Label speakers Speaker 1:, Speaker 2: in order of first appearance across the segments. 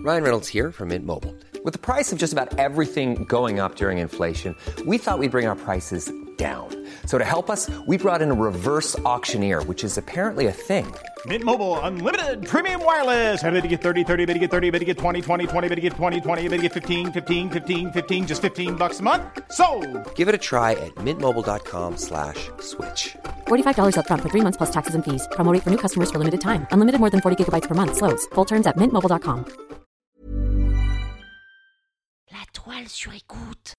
Speaker 1: Ryan Reynolds here from Mint Mobile. With the price of just about everything going up during inflation, we thought we'd bring our prices down. So to help us, we brought in a reverse auctioneer, which is apparently a thing.
Speaker 2: Mint Mobile Unlimited Premium Wireless. How to get 30, 30, bit to get 30, bit to get 20, 20, 20, bit to get 20, 20, bit to get 15, 15, 15, 15, just $15 a month? Sold!
Speaker 1: Give it a try at mintmobile.com/switch.
Speaker 3: $45 up front for 3 months plus taxes and fees. Promo rate for new customers for limited time. Unlimited more than 40 gigabytes per month. Slows full terms at mintmobile.com.
Speaker 4: La toile sur écoute.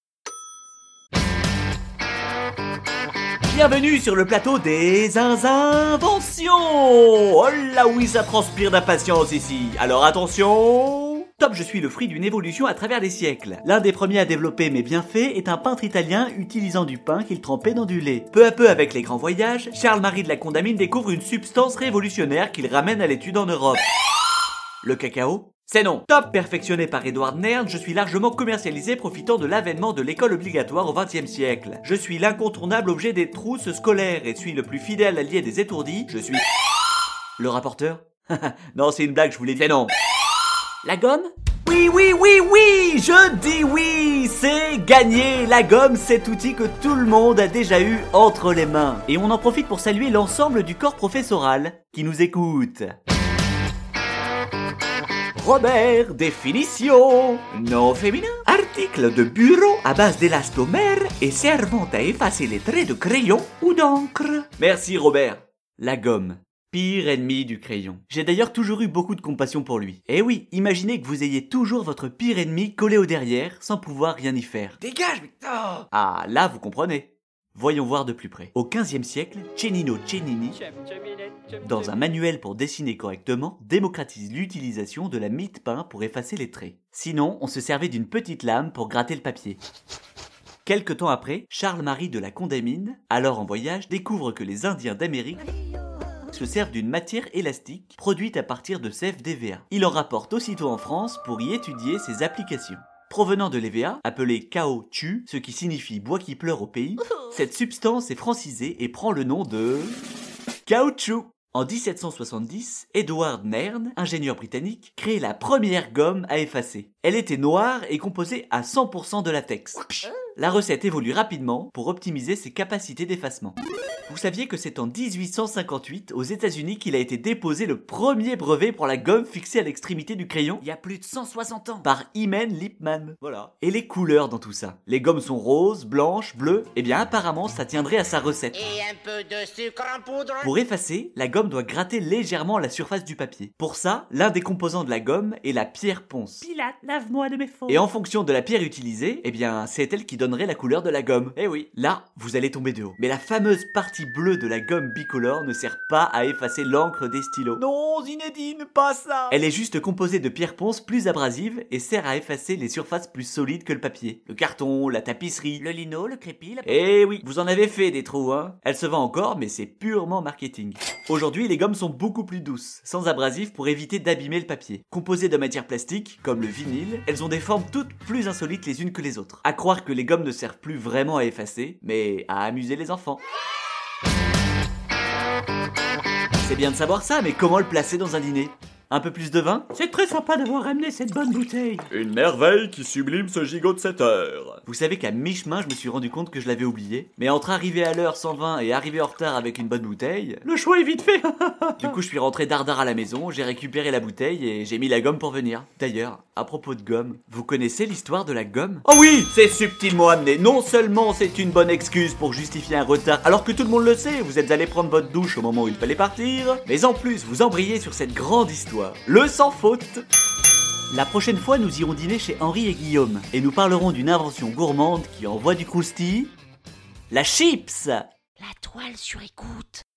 Speaker 5: Bienvenue sur le plateau des inventions. Oh là oui, ça transpire d'impatience ici. Alors attention. Top, je suis le fruit d'une évolution à travers les siècles. L'un des premiers à développer mes bienfaits est un peintre italien utilisant du pain qu'il trempait dans du lait. Peu à peu, avec les grands voyages, Charles-Marie de la Condamine découvre une substance révolutionnaire qu'il ramène à l'étude en Europe. Le cacao ? C'est non. Top, perfectionné par Edward Nern, je suis largement commercialisé profitant de l'avènement de l'école obligatoire au XXe siècle. Je suis l'incontournable objet des trousses scolaires et suis le plus fidèle allié des étourdis. Je suis... Le rapporteur ? Non, c'est une blague, je voulais dire non. La gomme ? Oui, je dis oui, c'est gagné. La gomme, cet outil que tout le monde a déjà eu entre les mains. Et on en profite pour saluer l'ensemble du corps professoral qui nous écoute. Robert, définition. Nom féminin. Article de bureau à base d'élastomère et servant à effacer les traits de crayon ou d'encre. Merci Robert. La gomme. Pire ennemi du crayon. J'ai d'ailleurs toujours eu beaucoup de compassion pour lui. Eh oui, imaginez que vous ayez toujours votre pire ennemi collé au derrière sans pouvoir rien y faire. Dégage, Victor. Ah, là vous comprenez. Voyons voir de plus près. Au XVe siècle, Cennino Cennini, dans un manuel pour dessiner correctement, démocratise l'utilisation de la mie de pain pour effacer les traits. Sinon, on se servait d'une petite lame pour gratter le papier. Quelque temps après, Charles-Marie de la Condamine, alors en voyage, découvre que les Indiens d'Amérique se servent d'une matière élastique produite à partir de sève d'EVA. Il en rapporte aussitôt en France pour y étudier ses applications. Provenant de l'EVA, appelé caoutchouc, ce qui signifie bois qui pleure au pays, cette substance est francisée et prend le nom de caoutchouc. En 1770, Edward Nern, ingénieur britannique, crée la première gomme à effacer. Elle était noire et composée à 100% de latex. La recette évolue rapidement pour optimiser ses capacités d'effacement. Vous saviez que c'est en 1858, aux États-Unis, qu'il a été déposé le premier brevet pour la gomme fixée à l'extrémité du crayon, il y a plus de 160 ans, par Hyman Lipman. Voilà. Et les couleurs dans tout ça. Les gommes sont roses, blanches, bleues. Eh bien, apparemment, ça tiendrait à sa recette.
Speaker 4: Et un peu de sucre en poudre.
Speaker 5: Pour effacer, la gomme doit gratter légèrement la surface du papier. Pour ça, l'un des composants de la gomme est la pierre ponce.
Speaker 4: Pilate, lave-moi de mes fautes.
Speaker 5: Et en fonction de la pierre utilisée, eh bien, c'est elle qui donnerait la couleur de la gomme. Eh oui, là, vous allez tomber de haut. Mais la fameuse partie bleue de la gomme bicolore ne sert pas à effacer l'encre des stylos. Non, Zinedine, pas ça. Elle est juste composée de pierre ponce plus abrasive et sert à effacer les surfaces plus solides que le papier. Le carton, la tapisserie,
Speaker 4: Le lino, le crépi, la...
Speaker 5: Eh oui, vous en avez fait des trous, hein. Elle se vend encore, mais c'est purement marketing. Aujourd'hui, les gommes sont beaucoup plus douces, sans abrasif pour éviter d'abîmer le papier. Composées de matières plastiques, comme le vinyle, elles ont des formes toutes plus insolites les unes que les autres. À croire que les gommes ne servent plus vraiment à effacer, mais à amuser les enfants. C'est bien de savoir ça, mais comment le placer dans un dîner ? Un peu plus de vin ?
Speaker 4: C'est très sympa d'avoir ramené cette bonne bouteille.
Speaker 5: Une merveille qui sublime ce gigot de 7 heures. Vous savez qu'à mi-chemin, je me suis rendu compte que je l'avais oublié. Mais entre arriver à l'heure sans vin et arriver en retard avec une bonne bouteille...
Speaker 4: Le choix est vite fait.
Speaker 5: Du coup, je suis rentré dardard à la maison, j'ai récupéré la bouteille et j'ai mis la gomme pour venir. D'ailleurs, à propos de gomme, vous connaissez l'histoire de la gomme ? Oh oui, c'est subtilement amené. Non seulement c'est une bonne excuse pour justifier un retard, alors que tout le monde le sait, vous êtes allé prendre votre douche au moment où il fallait partir, mais en plus, vous embrayez sur cette grande histoire. Le sans faute. La prochaine fois, nous irons dîner chez Henri et Guillaume et nous parlerons d'une invention gourmande qui envoie du croustille. La chips.
Speaker 4: La toile sur écoute.